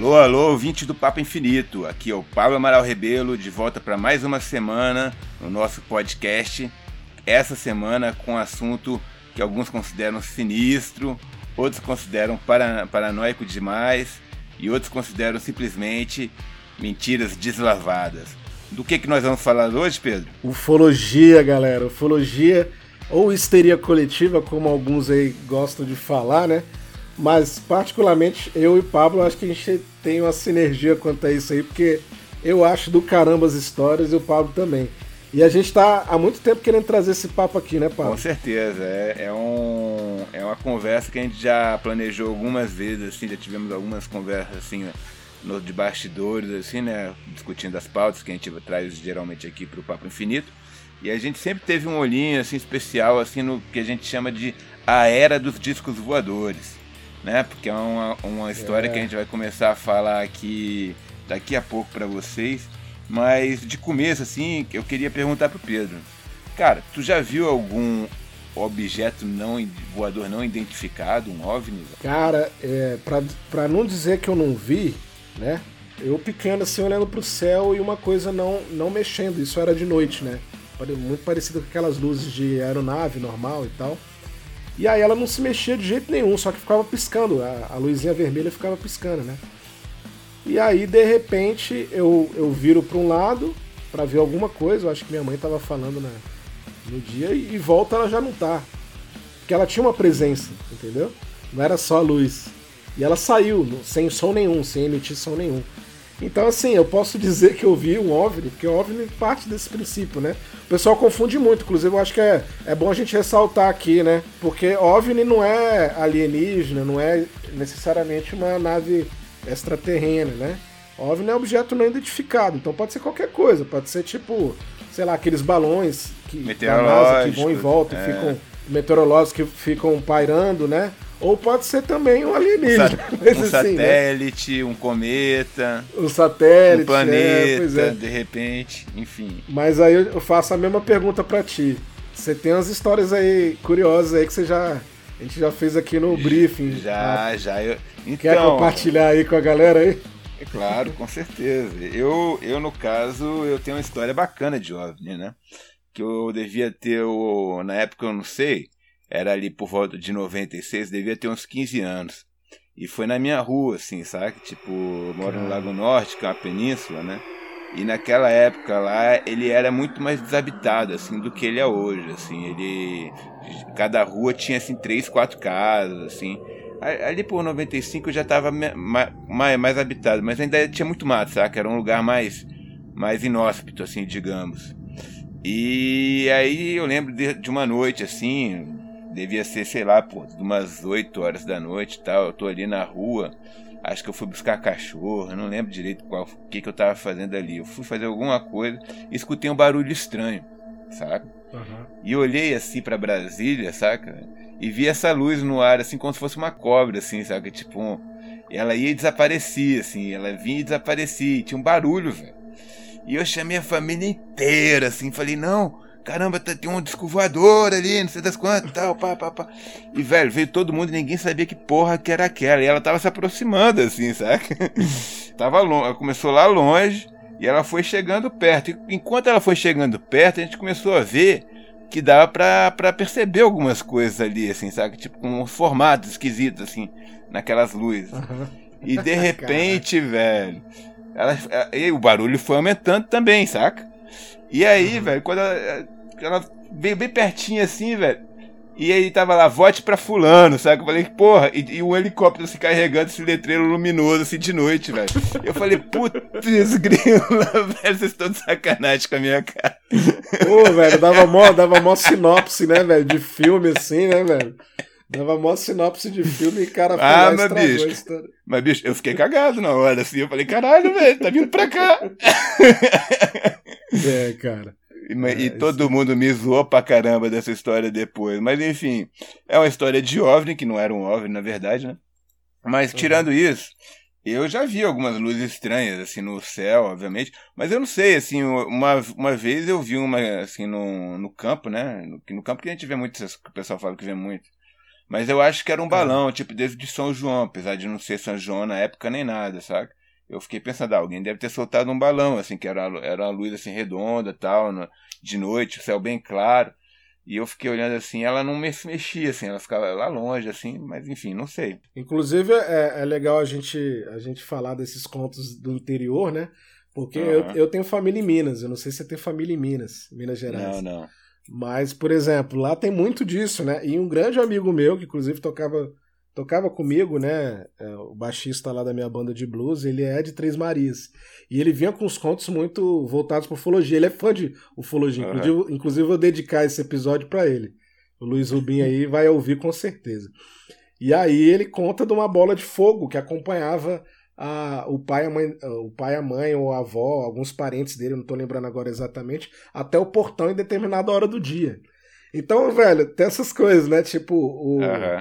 Alô, alô, ouvinte do Papo Infinito. Aqui é o Pablo Amaral Rebelo, de volta para mais uma semana no nosso podcast. Essa semana com um assunto que alguns consideram sinistro, outros consideram paranoico demais e outros consideram simplesmente mentiras deslavadas. Do que nós vamos falar hoje, Pedro? Ufologia, galera. Ufologia ou histeria coletiva, como alguns aí gostam de falar, né? Mas, particularmente, eu e Pablo, acho que a gente tem uma sinergia quanto a isso aí, porque eu acho do caramba as histórias e o Pablo também. E a gente tá há muito tempo querendo trazer esse papo aqui, né, Pablo? Com certeza. É uma conversa que a gente já planejou algumas vezes, assim, já tivemos algumas conversas, assim, de bastidores, assim, né, discutindo as pautas que a gente traz geralmente aqui pro Papo Infinito. E a gente sempre teve um olhinho, assim, especial, assim, no que a gente chama de a era dos discos voadores. Né? Porque é uma história que a gente vai começar a falar aqui daqui a pouco para vocês, mas de começo assim, eu queria perguntar pro Pedro, cara, tu já viu algum objeto voador não identificado, um OVNI? Cara, pra não dizer que eu não vi, né? Eu pequeno assim olhando pro céu e uma coisa não mexendo, isso era de noite, né? Muito parecido com aquelas luzes de aeronave normal e tal. E aí ela não se mexia de jeito nenhum, só que ficava piscando, a luzinha vermelha ficava piscando, né? E aí, de repente, eu viro para um lado para ver alguma coisa, eu acho que minha mãe tava falando no dia, e volta ela já não tá. Porque ela tinha uma presença, entendeu? Não era só a luz. E ela saiu, sem som nenhum, sem emitir som nenhum. Então, assim, eu posso dizer que eu vi um OVNI, porque o OVNI parte desse princípio, né? O pessoal confunde muito, inclusive eu acho que é bom a gente ressaltar aqui, né? Porque OVNI não é alienígena, não é necessariamente uma nave extraterrena, né? OVNI é objeto não identificado, então pode ser qualquer coisa, pode ser tipo, sei lá, aqueles balões da NASA que vão em volta e ficam meteorológicos que ficam pairando, né? Ou pode ser também um alienígena. Um satélite, né? Um cometa. Um satélite, um planeta, de repente, enfim. Mas aí eu faço a mesma pergunta pra ti. Você tem umas histórias aí curiosas aí que a gente já fez aqui no briefing. Já. Então, quer compartilhar aí com a galera aí? Claro, com certeza. Eu, no caso, eu tenho uma história bacana de OVNI, né? Que eu devia ter, na época eu não sei, era ali por volta de 96, devia ter uns 15 anos. E foi na minha rua, assim, sabe? Tipo, eu moro no Lago Norte, que é uma península, né? E naquela época lá, ele era muito mais desabitado, assim, do que ele é hoje, assim. Cada rua tinha, assim, 3, 4 casas, assim. Ali por 95 já estava mais habitado, mas ainda tinha muito mato, sabe? Era um lugar mais inóspito, assim, digamos. E aí eu lembro de uma noite, assim, devia ser, sei lá, umas 8 horas da noite e tal, eu tô ali na rua, acho que eu fui buscar cachorro, eu não lembro direito o que eu tava fazendo ali, eu fui fazer alguma coisa e escutei um barulho estranho, sabe? Uhum. E olhei assim pra Brasília, saca? E vi essa luz no ar, assim, como se fosse uma cobra, assim, saca? Tipo, ela ia e desaparecia, assim, ela vinha e desaparecia, e tinha um barulho, velho. E eu chamei a família inteira, assim, falei, não, caramba, tem um disco voador ali, não sei das quantas e tal, pá. E, velho, veio todo mundo e ninguém sabia que porra que era aquela. E ela tava se aproximando, assim, saca? Ela começou lá longe e ela foi chegando perto. E enquanto ela foi chegando perto, a gente começou a ver que dava pra perceber algumas coisas ali, assim, saca? Tipo, com uns formatos esquisitos, assim, naquelas luzes. Uhum. E de repente, velho, o barulho foi aumentando também, saca? E aí, velho, quando ela veio bem pertinho assim, velho, e aí tava lá, vote pra fulano, sabe? Eu falei, porra, e um helicóptero se carregando esse letreiro luminoso assim de noite, velho. Eu falei, putz, grila, velho, vocês estão de sacanagem com a minha cara. Pô, velho, dava mó sinopse, né, velho, de filme assim, né, velho? Dava mó sinopse de filme e o cara foi lá e estragou a história. Mas, bicho, eu fiquei cagado na hora, assim. Eu falei, caralho, velho, tá vindo pra cá. Cara. E todo mundo me zoou pra caramba dessa história depois. Mas, enfim, é uma história de OVNI, que não era um OVNI, na verdade, né? Mas, tirando isso, eu já vi algumas luzes estranhas, assim, no céu, obviamente. Mas eu não sei, assim, uma vez eu vi uma, assim, no campo, né? No campo que a gente vê muito, que o pessoal fala que vê muito. Mas eu acho que era um balão, tipo, desde de São João, apesar de não ser São João na época nem nada, sabe? Eu fiquei pensando, alguém deve ter soltado um balão, assim, que era uma luz assim redonda, tal, de noite, o céu bem claro. E eu fiquei olhando assim, ela não mexia, assim, ela ficava lá longe, assim, mas enfim, não sei. Inclusive, é legal a gente falar desses contos do interior, né? Porque eu tenho família em Minas, eu não sei se você tem família em Minas Gerais. Não. Mas, por exemplo, lá tem muito disso, né? E um grande amigo meu, que inclusive tocava comigo, né? O baixista lá da minha banda de blues, ele é de Três Marias. E ele vinha com uns contos muito voltados para ufologia. Ele é fã de ufologia. Inclusive, eu vou dedicar esse episódio para ele. O Luiz Rubim aí vai ouvir com certeza. E aí ele conta de uma bola de fogo que acompanhava o pai, a mãe ou a avó, alguns parentes dele, eu não tô lembrando agora exatamente, até o portão em determinada hora do dia. Então, velho, tem essas coisas, né? Tipo,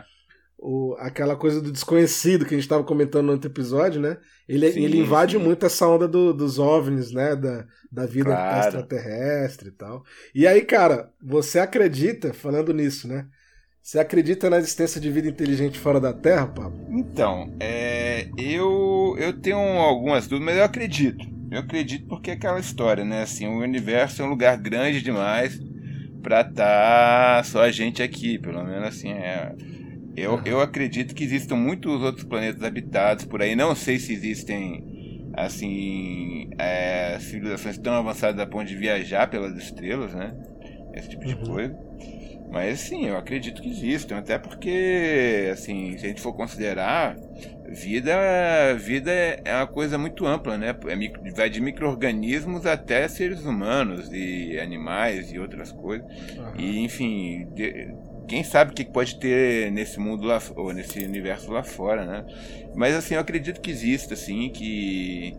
aquela coisa do desconhecido que a gente estava comentando no outro episódio, né? Ele invade muito essa onda dos OVNIs, né? Da vida extraterrestre e tal. E aí, cara, você acredita, falando nisso, né? Você acredita na existência de vida inteligente fora da Terra, Pablo? Então, eu tenho algumas dúvidas, mas eu acredito. Eu acredito porque é aquela história, né? Assim, o universo é um lugar grande demais pra estar só a gente aqui, pelo menos assim. Eu acredito que existam muitos outros planetas habitados por aí. Não sei se existem, assim, civilizações tão avançadas a ponto de viajar pelas estrelas, né? Esse tipo de coisa. Mas sim, eu acredito que existam, até porque, assim, se a gente for considerar, vida é uma coisa muito ampla, né? Vai de micro-organismos até seres humanos e animais e outras coisas. E, enfim, quem sabe o que pode ter nesse mundo lá, ou nesse universo lá fora, né? Mas, assim, eu acredito que exista, assim, que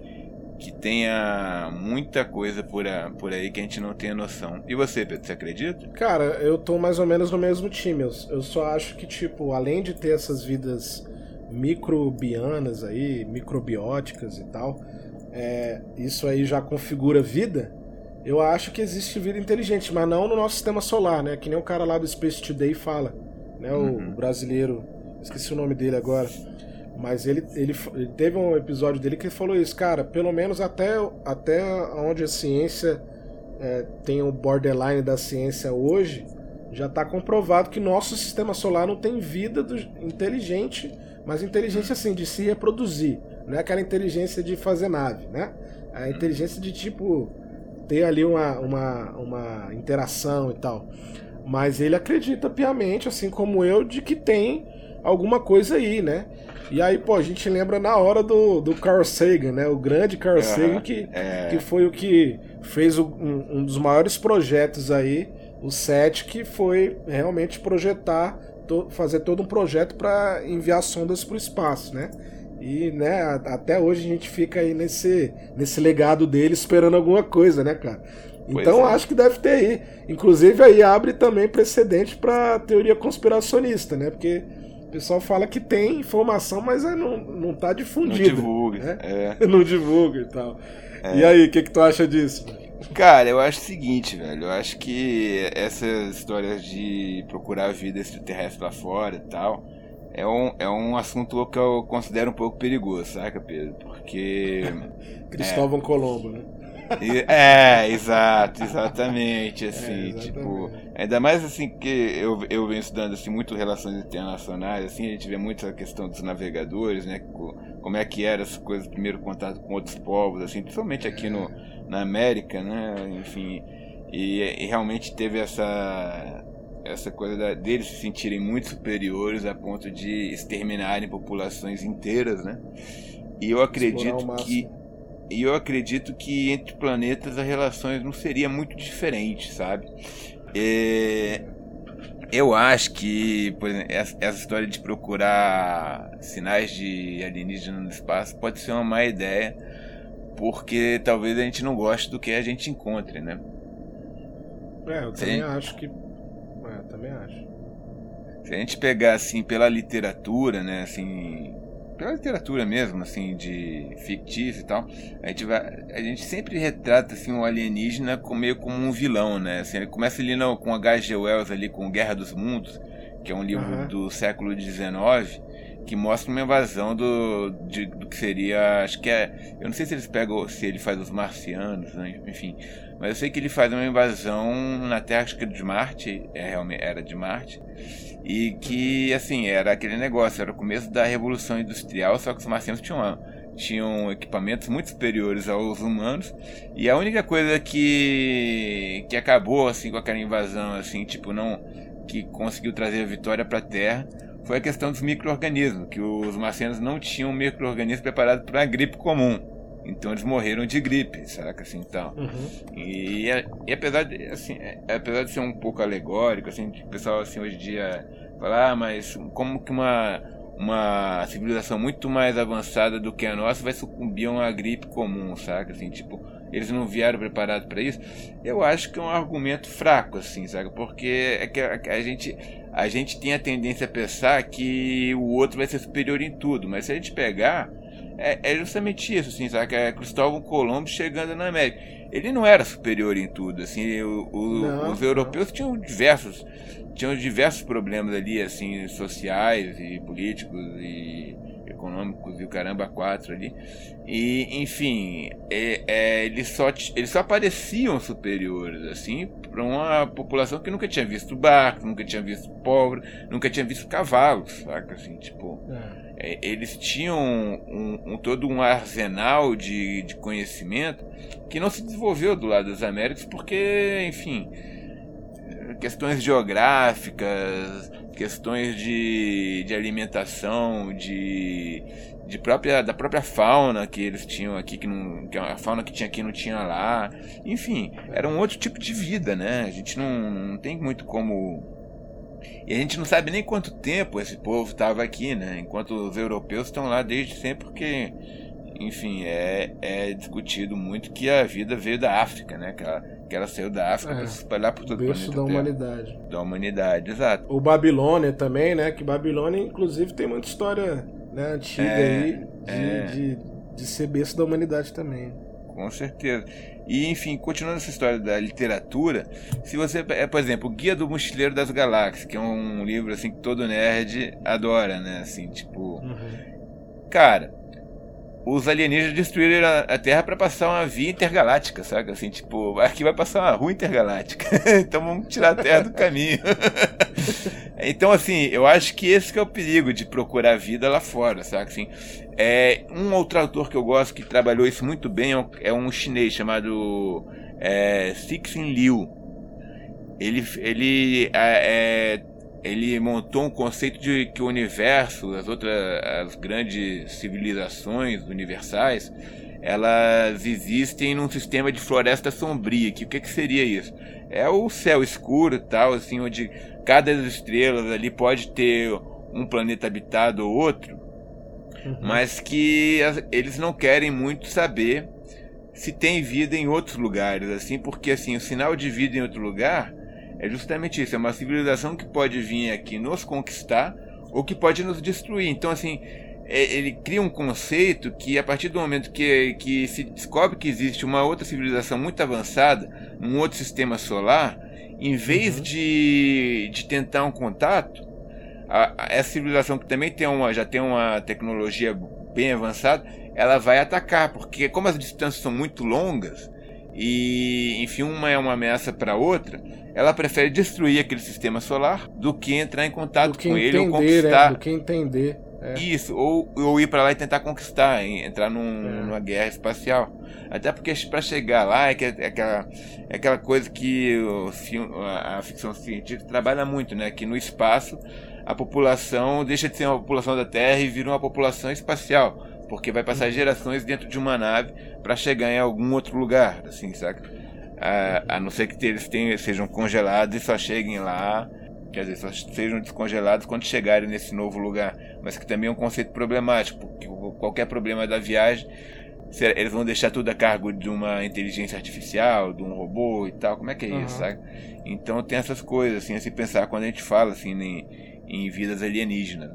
tenha muita coisa por aí que a gente não tenha noção. E você, Pedro, você acredita? Cara, eu tô mais ou menos no mesmo time. Eu só acho que, tipo, além de ter essas vidas microbianas aí, microbióticas e tal, isso aí já configura vida. Eu acho que existe vida inteligente, mas não no nosso sistema solar, né? Que nem o cara lá do Space Today fala, né? O brasileiro, esqueci o nome dele agora. Mas ele teve um episódio dele que ele falou isso, cara, pelo menos até onde a ciência tem o borderline da ciência hoje, já está comprovado que nosso sistema solar não tem vida inteligente, mas inteligência assim, de se reproduzir, não é aquela inteligência de fazer nave, né? A inteligência de tipo ter ali uma interação e tal. Mas ele acredita piamente, assim como eu, de que tem alguma coisa aí, né? E aí, pô, a gente lembra na hora do Carl Sagan, né? O grande Carl Sagan que foi o que fez um dos maiores projetos aí, o SET, que foi realmente projetar, fazer todo um projeto para enviar sondas para o espaço, né? E, né, até hoje a gente fica aí nesse legado dele esperando alguma coisa, né, cara? Então acho que deve ter aí. Inclusive aí abre também precedente para teoria conspiracionista, né? Porque o pessoal fala que tem informação, mas não tá difundida. Não divulga. Né? Não divulga e tal. E aí, o que tu acha disso? Cara, eu acho o seguinte, velho. Eu acho que essas histórias de procurar vida extraterrestre lá fora e tal é um assunto que eu considero um pouco perigoso, saca, Pedro? Porque... Cristóvão Colombo, né? Exatamente, assim, tipo, ainda mais assim que eu venho estudando assim muito relações internacionais, assim, a gente vê muito a questão dos navegadores, né, como é que era essa coisa, primeiro contato com outros povos, assim, principalmente aqui na América, né, enfim, e realmente teve essa coisa deles se sentirem muito superiores a ponto de exterminarem populações inteiras, né, e eu acredito que entre planetas as relações não seria muito diferente, sabe? Eu acho que, por exemplo, essa história de procurar sinais de alienígena no espaço pode ser uma má ideia, porque talvez a gente não goste do que a gente encontre, né? Eu também acho que... também acho. Se a gente pegar, assim, pela literatura, né, assim... pela literatura mesmo, assim, de fictício e tal, a gente sempre retrata, assim, o alienígena meio como um vilão, né? Assim, ele começa ali com H.G. Wells ali, com Guerra dos Mundos, que é um livro do século XIX, que mostra uma invasão do que seria, acho que eu não sei se se ele faz os marcianos, né? Enfim, mas eu sei que ele faz uma invasão na Terra, acho que de Marte, realmente era de Marte, e que, assim, era aquele negócio, era o começo da Revolução Industrial, só que os marcianos tinham equipamentos muito superiores aos humanos, e a única coisa que acabou, assim, com aquela invasão, assim, tipo, que conseguiu trazer a vitória para a Terra, foi a questão dos micro-organismos, que os marcianos não tinham micro-organismos preparados para a gripe comum. Então eles morreram de gripe, saca? Assim, então. E apesar de ser um pouco alegórico, assim, o pessoal assim, hoje em dia fala, mas como que uma civilização muito mais avançada do que a nossa vai sucumbir a uma gripe comum, saca? Assim, tipo, eles não vieram preparados para isso. Eu acho que é um argumento fraco, assim, saca? Porque é que a gente tem a tendência a pensar que o outro vai ser superior em tudo, mas se a gente pegar, é justamente isso, assim, sabe? É Cristóvão Colombo chegando na América. Ele não era superior em tudo, assim, os europeus tinham diversos problemas ali, assim, sociais e políticos e econômicos e o caramba 4 ali. E, enfim, eles só pareciam superiores, assim, para uma população que nunca tinha visto barco, nunca tinha visto pobre, nunca tinha visto cavalos, saca? Assim, tipo, eles tinham todo um arsenal de conhecimento que não se desenvolveu do lado das Américas porque, enfim, questões geográficas, questões de alimentação, da própria fauna que eles tinham aqui, que a fauna que tinha aqui não tinha lá. Enfim, era um outro tipo de vida, né? A gente não tem muito como... E a gente não sabe nem quanto tempo esse povo estava aqui, né? Enquanto os europeus estão lá desde sempre, porque, enfim, é discutido muito que a vida veio da África, né? Que ela saiu da África para se espalhar por todo o planeta. Berço da humanidade. Da humanidade, exato. O Babilônia também, né? Que Babilônia, inclusive, tem muita história, né, antiga aí de ser berço da humanidade também. Com certeza. E, enfim, continuando essa história da literatura, se você, por exemplo, o Guia do Mochileiro das Galáxias, que é um livro assim que todo nerd adora, né? Assim, tipo, cara, os alienígenas destruíram a Terra para passar uma via intergaláctica, sabe? Assim, tipo, aqui vai passar uma rua intergaláctica. Então vamos tirar a Terra do caminho. Então, assim, eu acho que esse que é o perigo de procurar vida lá fora, sabe? Assim, um outro autor que eu gosto que trabalhou isso muito bem é um chinês chamado Cixin Liu. Ele montou um conceito de que o universo, as grandes civilizações universais, elas existem num sistema de floresta sombria. O que seria isso? É o céu escuro e tal, assim, onde cada das estrelas ali pode ter um planeta habitado ou outro, mas que eles não querem muito saber se tem vida em outros lugares, assim, porque assim, o sinal de vida em outro lugar é justamente isso, é uma civilização que pode vir aqui nos conquistar ou que pode nos destruir. Então, assim, ele cria um conceito que a partir do momento que se descobre que existe uma outra civilização muito avançada num outro sistema solar, em vez de tentar um contato, essa civilização que também já tem uma tecnologia bem avançada, ela vai atacar, porque como as distâncias são muito longas e, enfim, uma é uma ameaça para outra, ela prefere destruir aquele sistema solar do que entrar em contato com ele ou conquistar. Do que entender. Isso, ou ir para lá e tentar conquistar, entrar numa guerra espacial. Até porque para chegar lá é aquela coisa que a ficção científica trabalha muito, né? Que no espaço a população deixa de ser uma população da Terra e vira uma população espacial, porque vai passar gerações dentro de uma nave para chegar em algum outro lugar, assim, saca? A não ser que eles sejam congelados e só cheguem lá, quer dizer, só sejam descongelados quando chegarem nesse novo lugar, mas que também é um conceito problemático, porque qualquer problema da viagem, eles vão deixar tudo a cargo de uma inteligência artificial, de um robô e tal, como é que é isso, sabe? Então tem essas coisas, assim, a se pensar quando a gente fala, assim, em vidas alienígenas, né?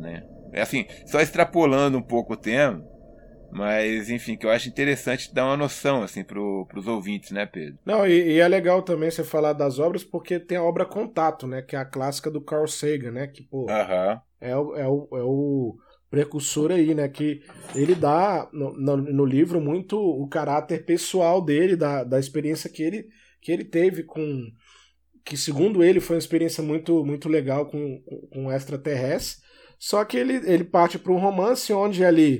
Assim, só extrapolando um pouco o tema, mas, enfim, que eu acho interessante dar uma noção, assim, pros ouvintes, né, Pedro? Não, e é legal também você falar das obras, porque tem a obra Contato, né, que é a clássica do Carl Sagan, né, que, pô, é o precursor aí, né, que ele dá no livro muito o caráter pessoal dele, da experiência que ele teve que segundo ele foi uma experiência muito, muito legal com extraterrestre, só que ele parte para um romance onde ali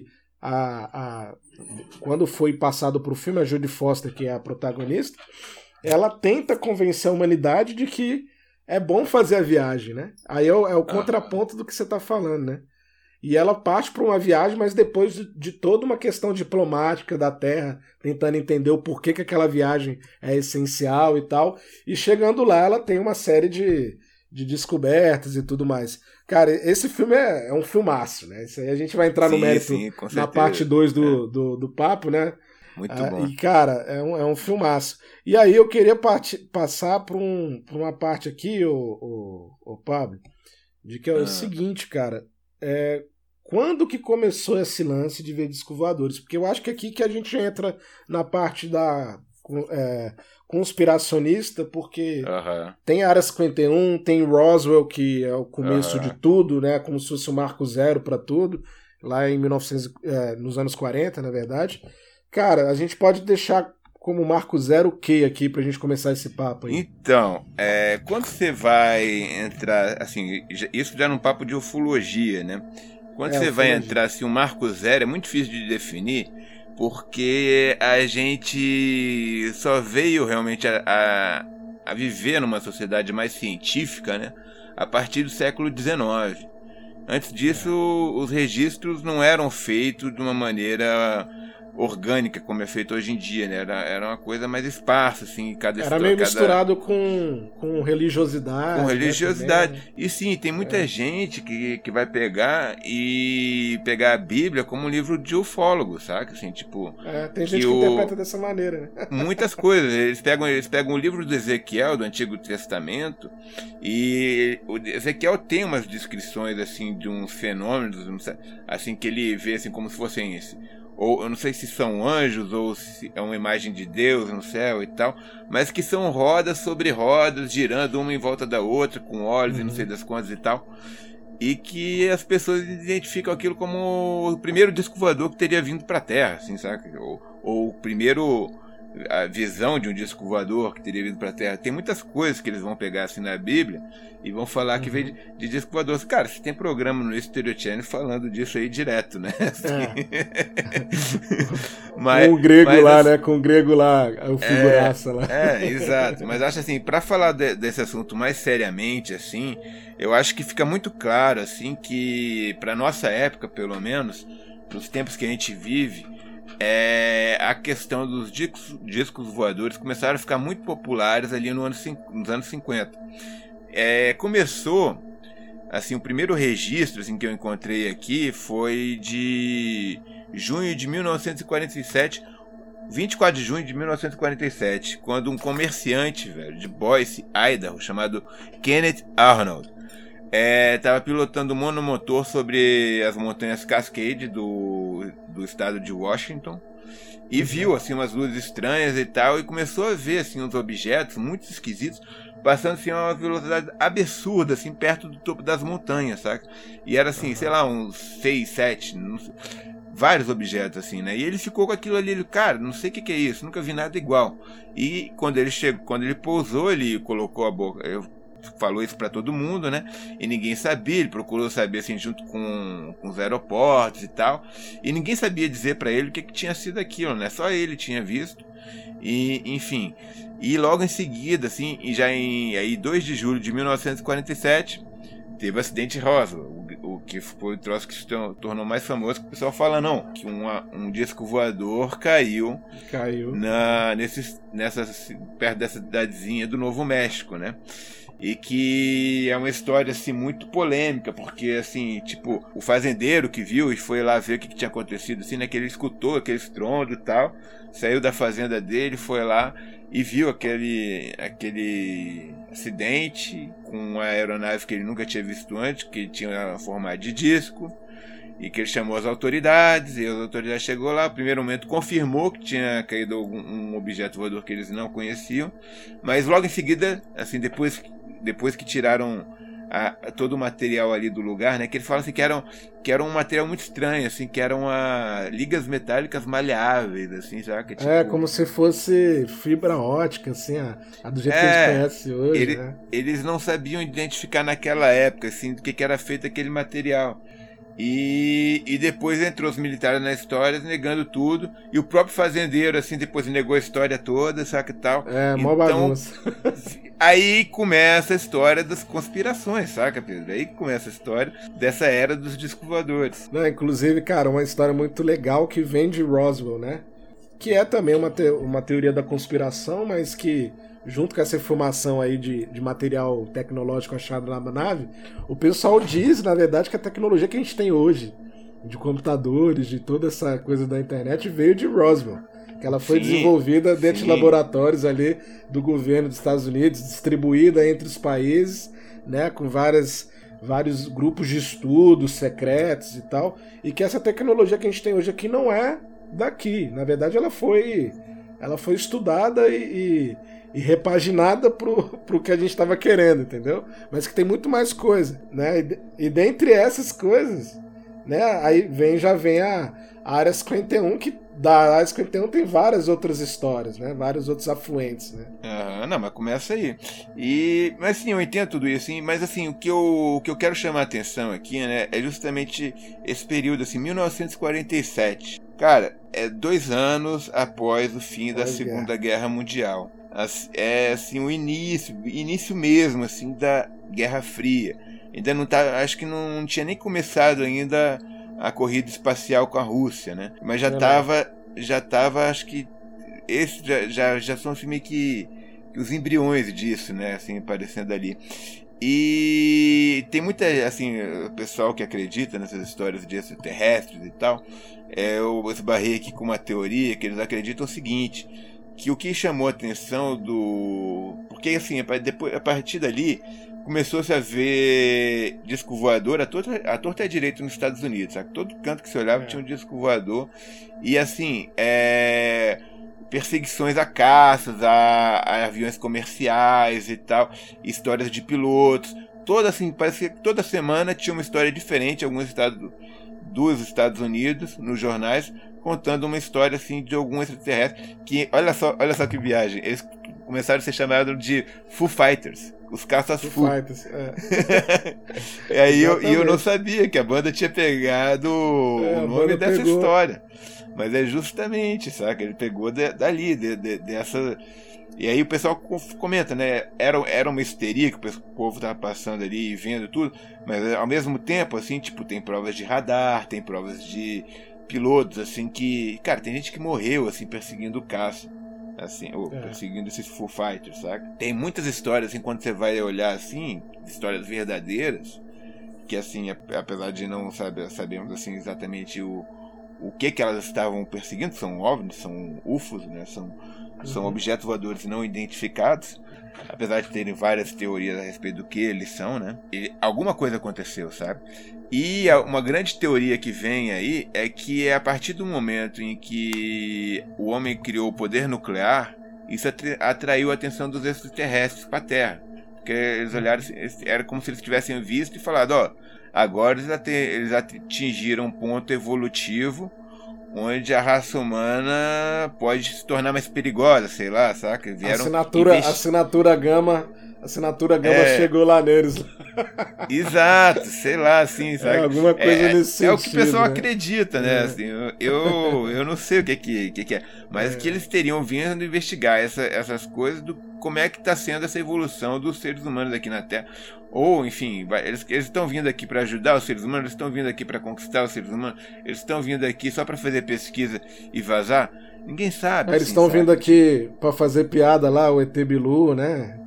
quando foi passado para o filme, a Jodie Foster, que é a protagonista, ela tenta convencer a humanidade de que é bom fazer a viagem, né? Aí é o contraponto do que você está falando, né? E ela parte para uma viagem, mas depois de toda uma questão diplomática da Terra, tentando entender o porquê que aquela viagem é essencial e tal. E chegando lá, ela tem uma série de descobertas e tudo mais. Cara, esse filme é um filmaço, né? Isso aí a gente vai entrar no mérito na parte 2 do papo, né? Muito bom. E, cara, é um filmaço. E aí eu queria passar para uma parte aqui, o Pablo, de que é o seguinte, cara. Quando que começou esse lance de ver discos voadores? Porque eu acho que aqui que a gente entra na parte da conspiracionista, porque tem Área 51, tem Roswell, que é o começo de tudo, né? Como se fosse o marco zero para tudo, lá em nos anos 40, na verdade. Cara, a gente pode deixar como marco zero o que aqui pra gente começar esse papo aí? Então, quando você vai entrar, assim, isso já num papo de ufologia, né? Quando você vai entrar, assim, um marco zero é muito difícil de definir, porque a gente só veio realmente a viver numa sociedade mais científica, né? A partir do século XIX. Antes disso, os registros não eram feitos de uma maneira orgânica, como é feito hoje em dia, né? Era uma coisa mais esparsa, assim, era meio misturado com religiosidade. Com religiosidade. Né, também, né? E sim, tem muita gente que vai pegar a Bíblia como um livro de ufólogo, sabe? Assim, tipo... tem gente que interpreta dessa maneira, né? Muitas coisas. Eles pegam o livro do Ezequiel, do Antigo Testamento, e o Ezequiel tem umas descrições, assim, de uns fenômenos, assim, que ele vê, assim, como se fossem... ou eu não sei se são anjos ou se é uma imagem de Deus no céu e tal, mas que são rodas sobre rodas, girando uma em volta da outra, com olhos e não sei das quantas e tal, e que as pessoas identificam aquilo como o primeiro disco voador que teria vindo para a Terra, assim, sabe? Ou o primeiro... a visão de um disco voador que teria vindo para a Terra. Tem muitas coisas que eles vão pegar assim na Bíblia e vão falar que veio de disco voador. Cara, você tem programa no History Channel falando disso aí direto, né? Com o grego lá, né? Com o grego lá, o figuraça lá. Exato. Mas acho assim, para falar desse assunto mais seriamente, assim, eu acho que fica muito claro, assim, que para nossa época, pelo menos, nos tempos que a gente vive, a questão dos discos voadores começaram a ficar muito populares ali nos anos 50. Começou, assim, o primeiro registro, assim, que eu encontrei aqui foi de junho de 1947, 24 de junho de 1947, quando um comerciante, velho, de Boise, Idaho, chamado Kenneth Arnold, estava pilotando um monomotor sobre as montanhas Cascade do estado de Washington e viu assim umas luzes estranhas e tal, e começou a ver assim uns objetos muito esquisitos passando assim a uma velocidade absurda assim perto do topo das montanhas, saca? E era assim, sei lá, uns 6, 7, não sei, vários objetos assim, né? E ele ficou com aquilo ali, cara, não sei o que é isso, nunca vi nada igual. E quando ele pousou, ele colocou a boca, falou isso pra todo mundo, né? E ninguém sabia, ele procurou saber assim junto com os aeroportos e tal, e ninguém sabia dizer pra ele o que tinha sido aquilo, né? Só ele tinha visto. E enfim, e logo em seguida, assim, e já em 2 de julho de 1947, teve o acidente Roswell, o que foi o troço que se tornou mais famoso, que o pessoal fala, não, que um disco voador caiu perto dessa cidadezinha do Novo México, né? e que é uma história assim muito polêmica, porque assim, tipo, o fazendeiro que viu e foi lá ver o que tinha acontecido, assim, né, que ele escutou aquele estrondo e tal, saiu da fazenda dele, foi lá e viu aquele acidente com uma aeronave que ele nunca tinha visto antes, que tinha formato de disco, e que ele chamou as autoridades, e as autoridades chegou lá, no primeiro momento confirmou que tinha caído um objeto voador que eles não conheciam, mas logo em seguida, assim, depois que tiraram todo o material ali do lugar, né, que eles falam assim que era um material muito estranho, assim, que eram ligas metálicas maleáveis, assim, sabe? Tipo, como se fosse fibra ótica, assim, do jeito que a gente conhece hoje, né? Eles não sabiam identificar naquela época, assim, do que era feito aquele material. E depois entrou os militares na história negando tudo, e o próprio fazendeiro assim depois negou a história toda, saca, e tal. Mó bagunça. Aí começa a história das conspirações, saca, Pedro? Aí começa a história dessa era dos discos voadores. Não, inclusive, cara, uma história muito legal que vem de Roswell, né? Que é também uma teoria da conspiração, mas que junto com essa informação aí de material tecnológico achado na nave, o pessoal diz, na verdade, que a tecnologia que a gente tem hoje, de computadores, de toda essa coisa da internet, veio de Roswell. Que ela foi desenvolvida dentro de laboratórios ali do governo dos Estados Unidos, distribuída entre os países, né, com vários grupos de estudos secretos e tal, e que essa tecnologia que a gente tem hoje aqui não é daqui. Na verdade, ela foi estudada e repaginada pro que a gente estava querendo, entendeu? Mas que tem muito mais coisa, né? E dentre essas coisas, né, aí já vem a Área 51, que da Área 51 tem várias outras histórias, né? Vários outros afluentes, né? Não, mas começa aí. Mas sim, eu entendo tudo isso, assim, mas assim, o que eu quero chamar a atenção aqui, né, é justamente esse período, assim, 1947. Cara, é 2 anos após o fim da Segunda Guerra Mundial. É assim o início mesmo assim da Guerra Fria. Ainda não tá, acho que não tinha nem começado ainda a corrida espacial com a Rússia, né? Mas já tava, acho que esses já são assim, meio que os embriões disso, né? Assim, aparecendo ali. E tem muita, assim, o pessoal que acredita nessas histórias de extraterrestres e tal. Eu esbarrei aqui com uma teoria que eles acreditam o seguinte, que o que chamou a atenção porque assim, a partir dali começou-se a ver disco voador à torta e à direita nos Estados Unidos, sabe? Todo canto que você olhava tinha um disco voador, e assim, perseguições a caças, a aviões comerciais e tal, histórias de pilotos, parecia que toda semana tinha uma história diferente, alguns estados dos Estados Unidos, nos jornais, contando uma história assim de algum extraterrestre que, olha só que viagem, eles começaram a ser chamados de Foo Fighters, os caças Foo. Fighters, E aí eu não sabia que a banda tinha pegado o nome dessa história, mas é justamente, sabe, ele pegou dali, dessa. E aí o pessoal comenta, né? Era uma histeria que o povo tava passando ali e vendo tudo, mas ao mesmo tempo, assim, tipo, tem provas de radar, tem provas de pilotos, assim, que... Cara, tem gente que morreu, assim, perseguindo caça, assim, ou perseguindo esses Foo Fighters, sabe? Tem muitas histórias, assim, quando você vai olhar, assim, histórias verdadeiras, que, assim, apesar de não sabemos, assim, exatamente o que elas estavam perseguindo, são OVNIs, são UFOs, né? São objetos voadores não identificados, apesar de terem várias teorias a respeito do que eles são, né? E alguma coisa aconteceu, sabe? E uma grande teoria que vem aí é que a partir do momento em que o homem criou o poder nuclear, isso atraiu a atenção dos extraterrestres para a Terra. Porque eles olharam, era como se eles tivessem visto e falado, agora eles atingiram um ponto evolutivo onde a raça humana pode se tornar mais perigosa, sei lá, saca? Assinatura Gama chegou lá neles. Exato, sei lá, assim, sabe? Alguma coisa nesse sentido. É o que o pessoal acredita, né? Assim, eu não sei o que é, mas que eles teriam vindo investigar essas coisas como é que está sendo essa evolução dos seres humanos aqui na Terra. Ou, enfim, eles estão vindo aqui para ajudar os seres humanos, eles estão vindo aqui para conquistar os seres humanos, eles estão vindo aqui só para fazer pesquisa e vazar. Ninguém sabe. Eles estão vindo aqui para fazer piada lá, o ET Bilu, né?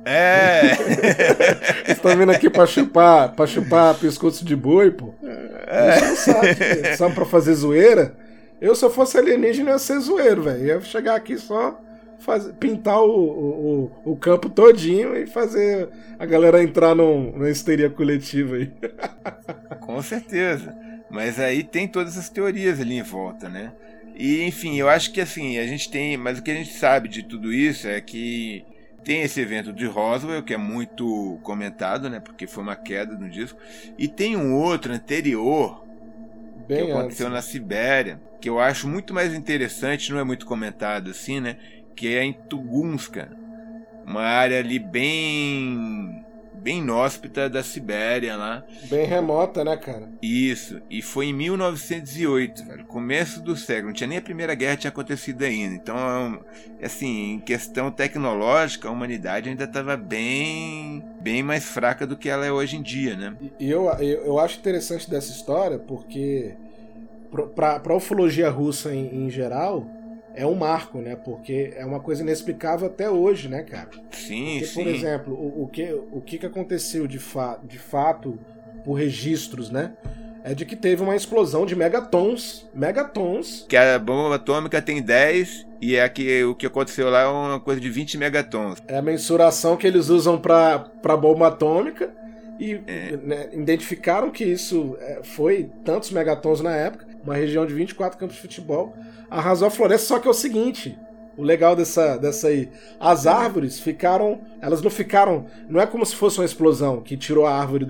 Eles estão vindo aqui para chupar pescoço de boi, pô. Você não sabe, só para fazer zoeira. Eu, se eu fosse alienígena, ia ser zoeiro, velho. Ia chegar aqui só pintar o campo todinho e fazer a galera entrar numa histeria coletiva aí. Com certeza. Mas aí tem todas as teorias ali em volta, né? E, enfim, eu acho que assim, a gente tem... Mas o que a gente sabe de tudo isso é que tem esse evento de Roswell, que é muito comentado, né? Porque foi uma queda no disco. E tem um outro anterior, bem que aconteceu na Sibéria, que eu acho muito mais interessante, não é muito comentado assim, né? Que é em Tunguska, uma área ali bem inóspita da Sibéria lá. Bem remota, né, cara? Isso, e foi em 1908, velho, começo do século, não tinha nem a Primeira Guerra tinha acontecido ainda, então, assim, em questão tecnológica, a humanidade ainda estava bem mais fraca do que ela é hoje em dia, né? E eu acho interessante dessa história, porque para a ufologia russa em geral, é um marco, né? Porque é uma coisa inexplicável até hoje, né, cara? Sim, porque, sim. Por exemplo, o que aconteceu de fato, por registros, né? É de que teve uma explosão de megatons. Que a bomba atômica tem 10 e o que aconteceu lá é uma coisa de 20 megatons. É a mensuração que eles usam para bomba atômica e né, identificaram que isso foi tantos megatons na época, uma região de 24 campos de futebol. Arrasou a floresta, só que é o seguinte, o legal dessa aí, as árvores elas não ficaram, não é como se fosse uma explosão que tirou a árvore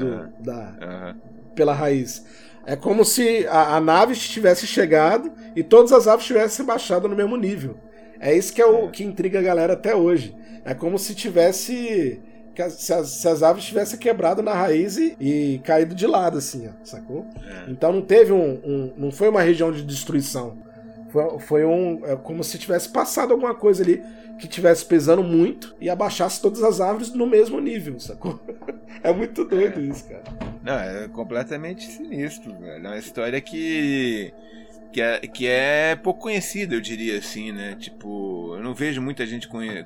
pela raiz. É como se a nave tivesse chegado e todas as árvores tivessem baixado no mesmo nível. É isso que é o que intriga a galera até hoje. É como se tivesse... Se as árvores tivessem quebrado na raiz e caído de lado, assim, ó, sacou? Então não teve não foi uma região de destruição. Foi como se tivesse passado alguma coisa ali que tivesse pesando muito e abaixasse todas as árvores no mesmo nível, sacou? É muito doido isso, cara. Não, é completamente sinistro, velho. É uma história que é pouco conhecida, eu diria assim, né? Tipo, eu não vejo muita gente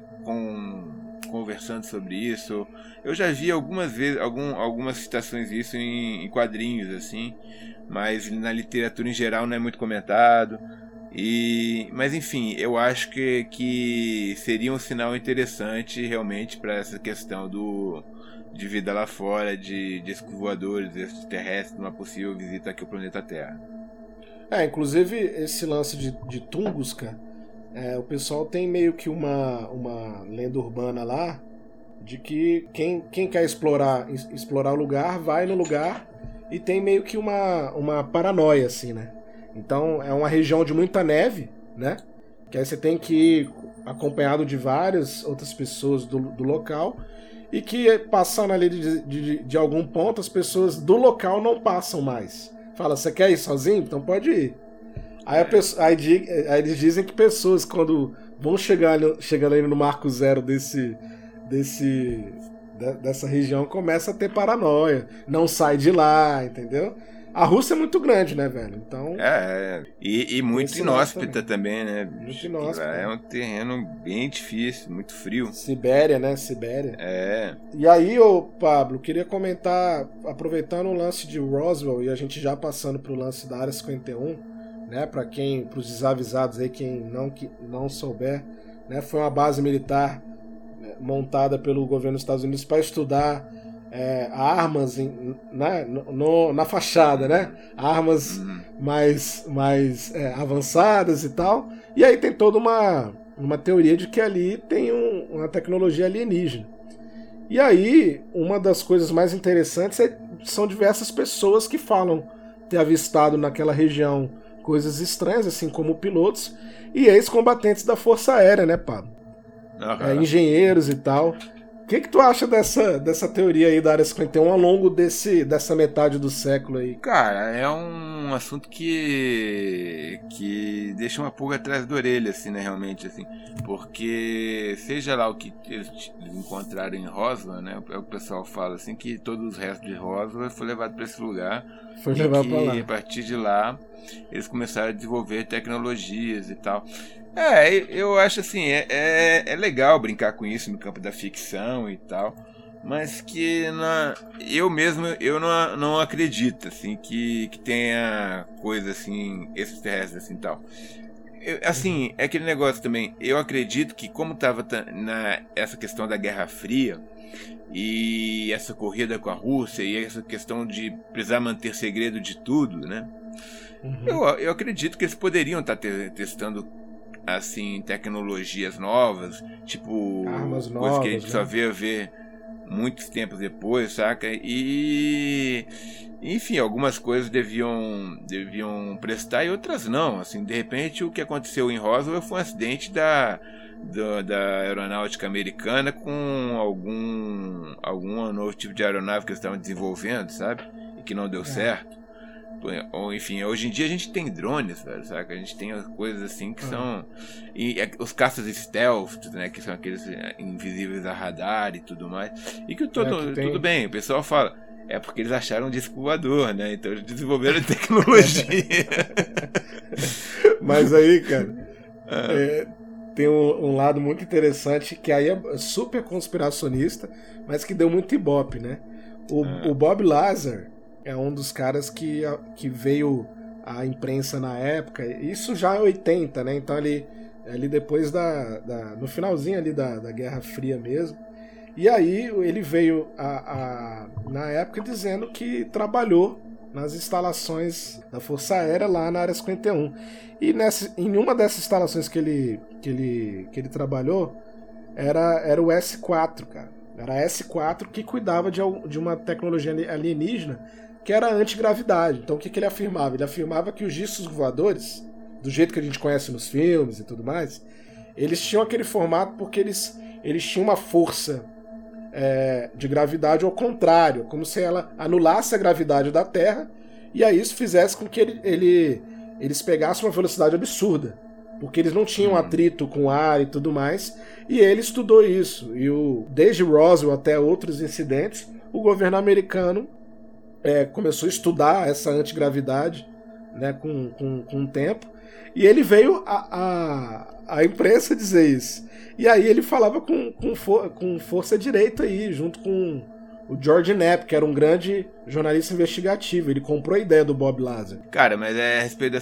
conversando sobre isso. Eu já vi algumas vezes algumas citações disso em quadrinhos, assim, mas na literatura em geral não é muito comentado. Mas enfim, eu acho que seria um sinal interessante realmente para essa questão de vida lá fora, de discos voadores, extraterrestres, uma possível visita aqui ao planeta Terra. Inclusive esse lance de Tunguska, o pessoal tem meio que uma lenda urbana lá de que quem quer explorar o lugar vai no lugar e tem meio que uma paranoia, assim, né? Então é uma região de muita neve, né? Que aí você tem que ir acompanhado de várias outras pessoas do local e que passando ali de algum ponto as pessoas do local não passam mais. Fala, você quer ir sozinho? Então pode ir. Aí eles dizem que pessoas quando vão chegando ali no marco zero dessa região começa a ter paranoia, não sai de lá, entendeu? A Rússia é muito grande, né, velho? Então. E muito inóspita também, né? Muito inóspita. É um terreno bem difícil, muito frio. Sibéria, né? Sibéria. E aí, Pablo, queria comentar, aproveitando o lance de Roswell e a gente já passando pro lance da Área 51, né? Pros desavisados aí, quem não souber, né? Foi uma base militar montada pelo governo dos Estados Unidos para estudar armas na fachada, né? Armas mais avançadas e tal. E aí tem toda uma teoria de que ali tem uma tecnologia alienígena. E aí, uma das coisas mais interessantes são diversas pessoas que falam ter avistado naquela região coisas estranhas, assim como pilotos e ex-combatentes da Força Aérea, né, Pablo? Engenheiros e tal. O que tu acha dessa teoria aí da Área 51 ao longo dessa metade do século aí? Cara, é um assunto que deixa uma pulga atrás da orelha, assim, né, realmente, assim, porque seja lá o que eles encontraram em Roswell, né, o pessoal fala, assim, que todos os restos de Roswell foi levado para esse lugar, foi levado para lá. A partir de lá eles começaram a desenvolver tecnologias e tal. Eu acho assim, é legal brincar com isso no campo da ficção e tal, mas que eu não acredito assim que tenha coisa assim extraterrestre assim tal. Assim, é aquele negócio também. Eu acredito que como estava essa questão da Guerra Fria e essa corrida com a Rússia e essa questão de precisar manter segredo de tudo, né? Eu acredito que eles poderiam estar testando assim tecnologias novas, tipo armas coisa novas, que a gente só veio ver muitos tempos depois, saca? E enfim, algumas coisas deviam prestar e outras não. Assim, de repente o que aconteceu em Roswell foi um acidente da aeronáutica americana com algum novo tipo de aeronave que eles estavam desenvolvendo, sabe? E que não deu certo. Ou enfim, hoje em dia a gente tem drones, velho, sabe? A gente tem coisas assim que são. E os caças stealth, né? Que são aqueles invisíveis a radar e tudo mais. E que tudo bem, o pessoal fala. É porque eles acharam um disco voador, né? Então eles desenvolveram tecnologia. Mas aí, cara, tem um lado muito interessante que aí é super conspiracionista, mas que deu muito ibope, né? O Bob Lazar é um dos caras que veio à imprensa na época, isso já é 80, né? Então ali depois no finalzinho ali da Guerra Fria mesmo. E aí ele veio na época dizendo que trabalhou nas instalações da Força Aérea lá na Área 51. E em uma dessas instalações que ele trabalhou era o S4, cara. Era a S4 que cuidava de uma tecnologia alienígena que era a antigravidade. Então o que ele afirmava? Ele afirmava que os discos voadores, do jeito que a gente conhece nos filmes e tudo mais, eles tinham aquele formato porque eles tinham uma força de gravidade ao contrário, como se ela anulasse a gravidade da Terra, e aí isso fizesse com que eles pegassem uma velocidade absurda, porque eles não tinham atrito com o ar e tudo mais, e ele estudou isso. E desde Roswell até outros incidentes, o governo americano começou a estudar essa antigravidade, né, com o tempo, e ele veio a imprensa dizer isso. E aí ele falava com força direita aí, junto com o George Knapp, que era um grande jornalista investigativo. Ele comprou a ideia do Bob Lazar. Cara, mas a respeito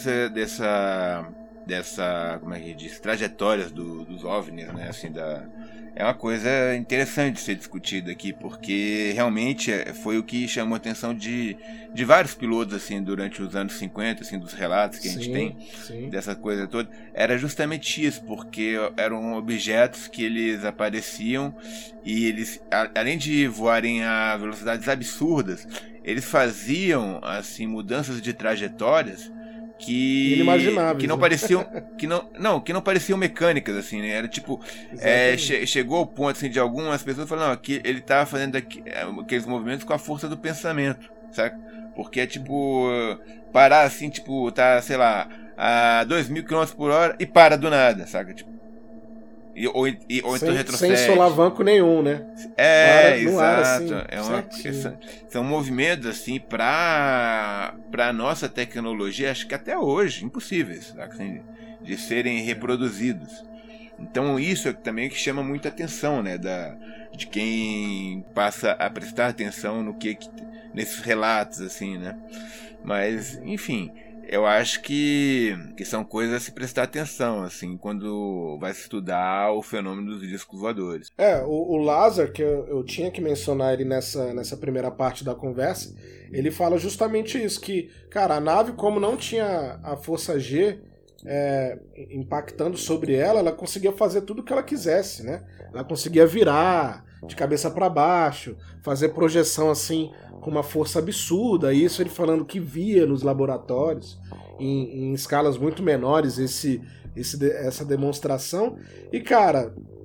dessa como é que diz, trajetórias dos OVNIs, né, assim, é uma coisa interessante de ser discutida aqui, porque realmente foi o que chamou a atenção de vários pilotos, assim, durante os anos 50, assim, dos relatos que a gente tem dessa coisa toda. Era justamente isso, porque eram objetos que eles apareciam e eles, além de voarem a velocidades absurdas, eles faziam, assim, mudanças de trajetórias que não pareciam que não pareciam mecânicas, assim, né? Era tipo chegou ao ponto, assim, de algumas pessoas falando que ele tava fazendo aqueles movimentos com a força do pensamento, sabe? Porque é tipo parar assim, tipo, tá, sei lá, a 2.000 km/h e para do nada, saca? Tipo, ou então retrocede. Sem solavanco nenhum, né? Exato. Assim, são movimentos, assim, pra nossa tecnologia, acho que até hoje, impossíveis, assim, de serem reproduzidos. Então isso é também que chama muita atenção, né? De quem passa a prestar atenção nesses relatos, assim, né? Mas, enfim, eu acho que são coisas a se prestar atenção, assim, quando vai se estudar o fenômeno dos discos voadores. O Lazar, que eu tinha que mencionar ele nessa primeira parte da conversa, ele fala justamente isso, que, cara, a nave, como não tinha a força G impactando sobre ela conseguia fazer tudo o que ela quisesse, né? Ela conseguia virar de cabeça para baixo, fazer projeção, assim, com uma força absurda. Isso ele falando que via nos laboratórios em escalas muito menores essa demonstração. E, cara,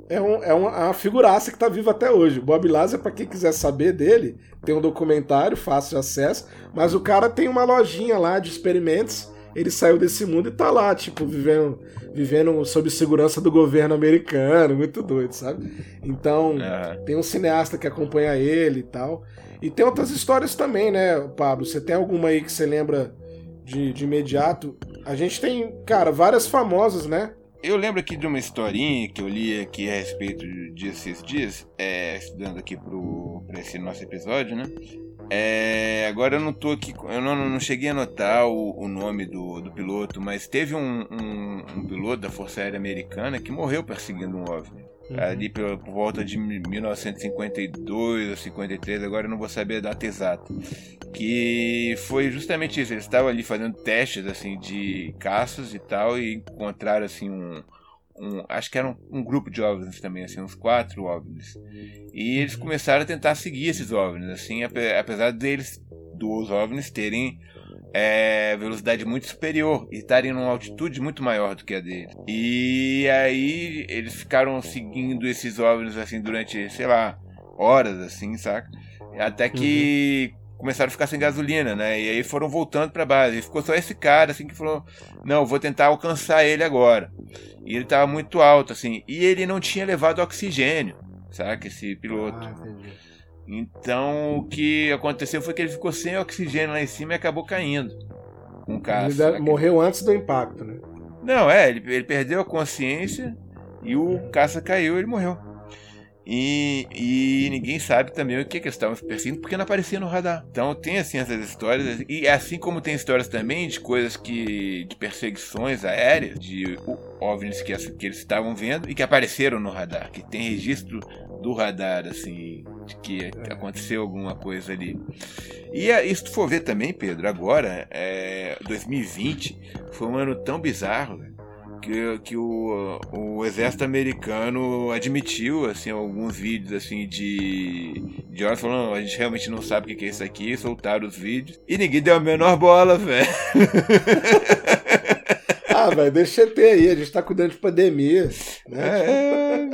é uma figuraça que tá viva até hoje. O Bob Lazar, pra quem quiser saber dele, tem um documentário, fácil de acesso, mas o cara tem uma lojinha lá de experimentos, ele saiu desse mundo e tá lá, tipo, vivendo sob segurança do governo americano, muito doido, sabe? Então, tem um cineasta que acompanha ele e tal. E tem outras histórias também, né, Pablo? Você tem alguma aí que você lembra de imediato? A gente tem, cara, várias famosas, né? Eu lembro aqui de uma historinha que eu li aqui a respeito desses dias, estudando aqui pra esse nosso episódio, né? Agora eu não tô aqui, eu não cheguei a anotar o nome do piloto, mas teve um piloto da Força Aérea Americana que morreu perseguindo um OVNI. Ali por volta de 1952 ou 53, agora eu não vou saber a data exata. Que foi justamente isso, eles estavam ali fazendo testes assim, de caças e tal, e encontraram assim acho que era um grupo de OVNIs também, assim, uns 4 OVNIs. E eles começaram a tentar seguir esses OVNIs, assim, apesar dos OVNIs terem velocidade muito superior e estarem numa altitude muito maior do que a deles. E aí eles ficaram seguindo esses OVNIs assim durante, sei lá, horas, assim, saca? Até que começaram a ficar sem gasolina, né? E aí foram voltando pra base. E ficou só esse cara, assim, que falou: não, vou tentar alcançar ele agora. E ele tava muito alto, assim. E ele não tinha levado oxigênio, saca? Esse piloto. Então, o que aconteceu foi que ele ficou sem oxigênio lá em cima e acabou caindo com o caça. Ele morreu antes do impacto, né? Não, ele perdeu a consciência e o caça caiu e ele morreu. E ninguém sabe também o que eles estavam perseguindo, porque não aparecia no radar. Então tem assim essas histórias, e assim como tem histórias também de coisas de perseguições aéreas, de OVNIs que eles estavam vendo e que apareceram no radar, que tem registro do radar, assim, de que aconteceu alguma coisa ali. E se tu for ver também, Pedro, agora, 2020 foi um ano tão bizarro, velho, que o exército americano admitiu assim, alguns vídeos assim, de horas falando: a gente realmente não sabe o que é isso aqui, soltaram os vídeos e ninguém deu a menor bola, velho. Velho, deixa eu ter aí, a gente tá cuidando de pandemia, né?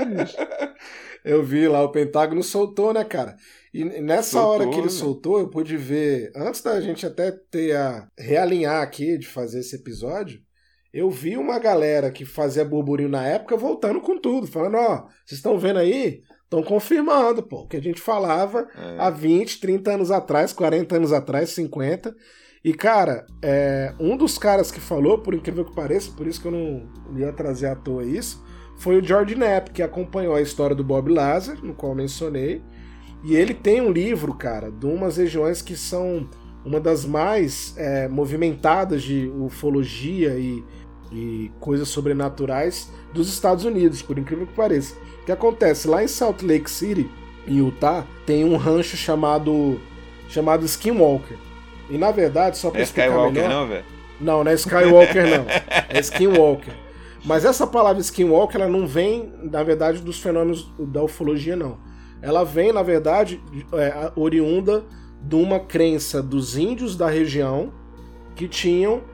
Eu vi lá, o Pentágono soltou, né, cara? E nessa hora que ele soltou, eu pude ver, antes da gente até realinhar aqui, de fazer esse episódio, eu vi uma galera que fazia burburinho na época voltando com tudo, falando: vocês estão vendo aí? Estão confirmando, pô, o que a gente falava há 20, 30 anos atrás, 40 anos atrás, 50. E, cara, um dos caras que falou, por incrível que pareça, por isso que eu não ia trazer à toa isso, foi o George Knapp, que acompanhou a história do Bob Lazar, no qual mencionei. E ele tem um livro, cara, de umas regiões que são uma das mais movimentadas de ufologia e coisas sobrenaturais dos Estados Unidos, por incrível que pareça. O que acontece? Lá em Salt Lake City, em Utah, tem um rancho chamado Skinwalker. E na verdade, só pra explicar Skywalker melhor... não, velho? Não é Skywalker não. É Skinwalker. Mas essa palavra Skinwalker, ela não vem, na verdade, dos fenômenos da ufologia, não. Ela vem, na verdade, oriunda de uma crença dos índios da região que tinham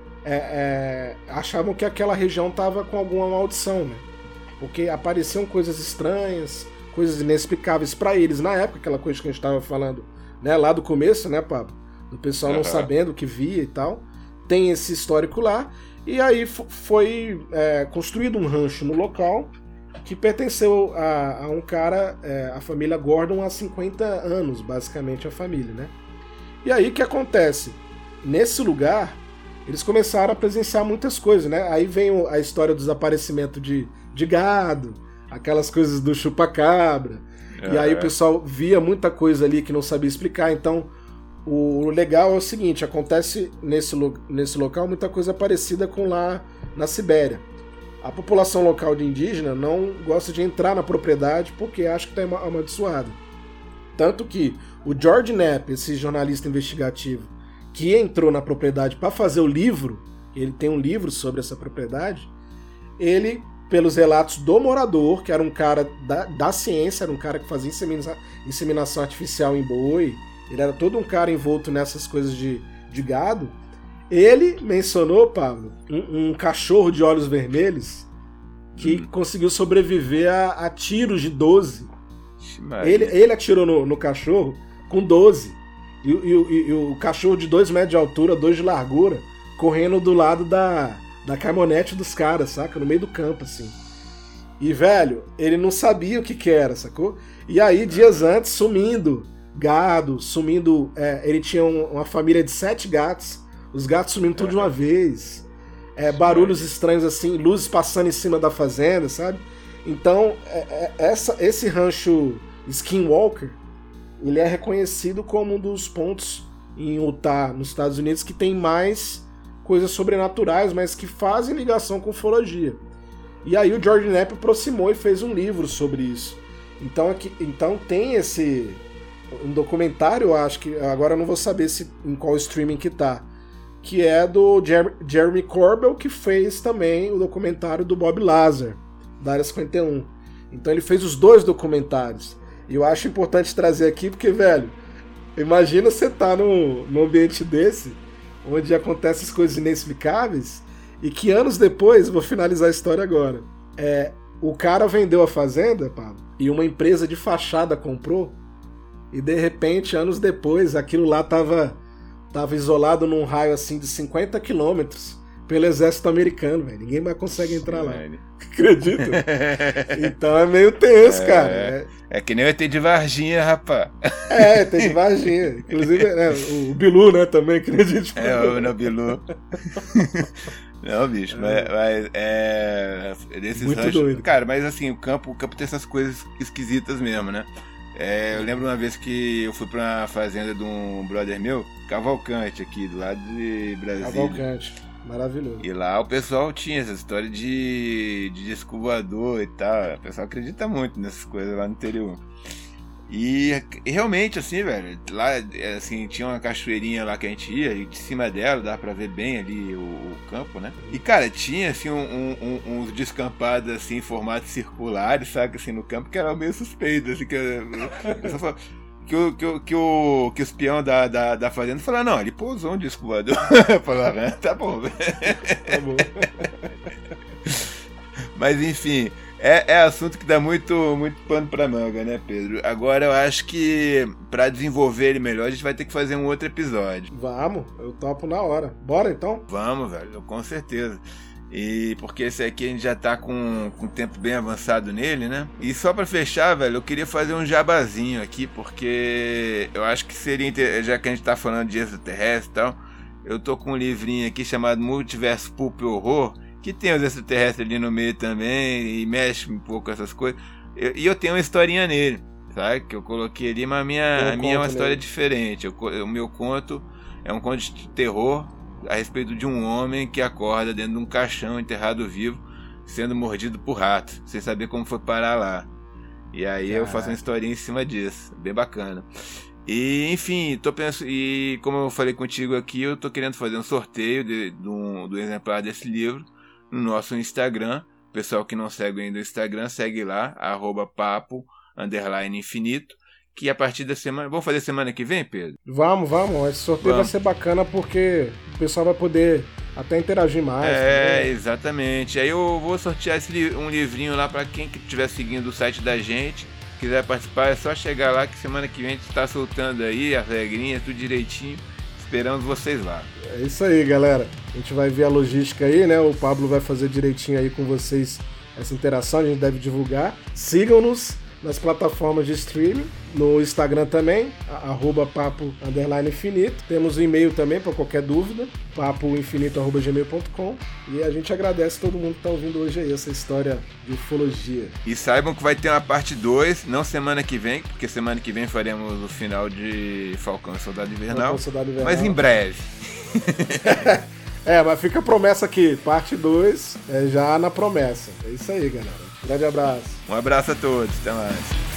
achavam que aquela região estava com alguma maldição, né? Porque apareciam coisas estranhas, coisas inexplicáveis para eles na época, aquela coisa que a gente estava falando, né, lá do começo, né, Pablo? Do pessoal não sabendo o que via e tal. Tem esse histórico lá, e aí foi construído um rancho no local que pertenceu a um cara, a família Gordon, há 50 anos, basicamente, a família, né? E aí o que acontece? Nesse lugar, eles começaram a presenciar muitas coisas, né? Aí vem a história do desaparecimento de gado, aquelas coisas do chupa-cabra. E aí o pessoal via muita coisa ali que não sabia explicar. Então, o legal é o seguinte: acontece nesse local muita coisa parecida com lá na Sibéria. A população local de indígena não gosta de entrar na propriedade porque acha que está amaldiçoada. Tanto que o George Knapp, esse jornalista investigativo, que entrou na propriedade para fazer o livro, ele tem um livro sobre essa propriedade, ele, pelos relatos do morador, que era um cara da ciência, era um cara que fazia inseminação artificial em boi, ele era todo um cara envolto nessas coisas de gado, ele mencionou, Pablo, um cachorro de olhos vermelhos que conseguiu sobreviver a tiros de 12. Ele atirou no cachorro com 12. E o cachorro de 2 metros de altura, 2 de largura, correndo do lado da caminhonete dos caras, saca? No meio do campo, assim. E, velho, ele não sabia o que era, sacou? E aí, dias antes, sumindo gado, sumindo... ele tinha uma família de 7 gatos, os gatos sumindo tudo de uma vez. Barulhos estranhos, assim, luzes passando em cima da fazenda, sabe? Então, esse rancho Skinwalker, ele é reconhecido como um dos pontos em Utah, nos Estados Unidos, que tem mais coisas sobrenaturais, mas que fazem ligação com ufologia. E aí o George Knapp aproximou e fez um livro sobre isso. Então tem um documentário, eu acho que agora eu não vou saber em qual streaming que tá, que é do Jeremy Corbell, que fez também o documentário do Bob Lazar, da Área 51. Então ele fez os 2 documentários. E eu acho importante trazer aqui porque, velho, imagina você tá num ambiente desse, onde acontecem as coisas inexplicáveis, e que anos depois, vou finalizar a história agora, o cara vendeu a fazenda, Pablo, e uma empresa de fachada comprou, e de repente, anos depois, aquilo lá tava isolado num raio assim de 50 quilômetros pelo exército americano, velho. Ninguém mais consegue entrar lá. Acredita? Então é meio tenso, cara. É que nem o ET de Varginha, rapaz. ET de Varginha. Inclusive, o Bilu, né, também, acredito. O Bilu. Não, bicho, mas desses muito ranchos... doido. Cara, mas assim, o campo tem essas coisas esquisitas mesmo, né? Eu lembro uma vez que eu fui pra uma fazenda de um brother meu, Cavalcante, aqui, do lado de Brasília. Cavalcante, maravilhoso. E lá o pessoal tinha essa história de disco voador e tal. O pessoal acredita muito nessas coisas lá no interior. E realmente, assim, velho, lá, assim, tinha uma cachoeirinha lá que a gente ia, e de cima dela dava pra ver bem ali o campo, né? E, cara, tinha, assim, uns descampados, assim, em formato circular, sabe, assim, no campo, que era meio suspeito, assim, que a pessoa falava... Que os peão da fazenda falaram, não, ele pousou um disco voador. Eu falava, tá bom, velho. Tá bom. Mas, enfim... É assunto que dá muito pano pra manga, né, Pedro? Agora eu acho que pra desenvolver ele melhor a gente vai ter que fazer um outro episódio. Vamos, eu topo na hora. Bora então? Vamos, velho, com certeza. E porque esse aqui a gente já tá com o tempo bem avançado nele, né? E só pra fechar, velho, eu queria fazer um jabazinho aqui, porque eu acho que seria, já que a gente tá falando de extraterrestre e tal, eu tô com um livrinho aqui chamado Multiverso Pulp Horror, que tem os extraterrestres ali no meio também, e mexe um pouco essas coisas. E eu tenho uma historinha nele, sabe? Que eu coloquei ali, mas a minha é uma história diferente. O meu conto é um conto de terror a respeito de um homem que acorda dentro de um caixão enterrado vivo, sendo mordido por ratos, sem saber como foi parar lá. E aí eu faço uma historinha em cima disso, bem bacana. E, enfim, e como eu falei contigo aqui, eu tô querendo fazer um sorteio do exemplar desse livro no nosso Instagram. Pessoal que não segue ainda o Instagram, segue lá, @papo_infinito, que a partir da semana... Vamos fazer semana que vem, Pedro? Vamos. Esse sorteio vai ser bacana porque o pessoal vai poder até interagir mais. Exatamente. Aí eu vou sortear um livrinho lá para quem estiver seguindo o site da gente, quiser participar, é só chegar lá que semana que vem a gente está soltando aí as regrinhas, tudo direitinho. Esperamos vocês lá. É isso aí, galera. A gente vai ver a logística aí, né? O Pablo vai fazer direitinho aí com vocês essa interação, a gente deve divulgar. Sigam-nos nas plataformas de streaming, no Instagram também, @papo_infinito. Temos o e-mail também para qualquer dúvida, papoinfinito@gmail.com. E a gente agradece todo mundo que está ouvindo hoje aí essa história de ufologia. E saibam que vai ter uma parte 2, não semana que vem, porque semana que vem faremos o final de Falcão e Soldado Invernal, mas em breve. Mas fica a promessa aqui, parte 2 já na promessa. É isso aí, galera. Grande abraço. Um abraço a todos, até mais.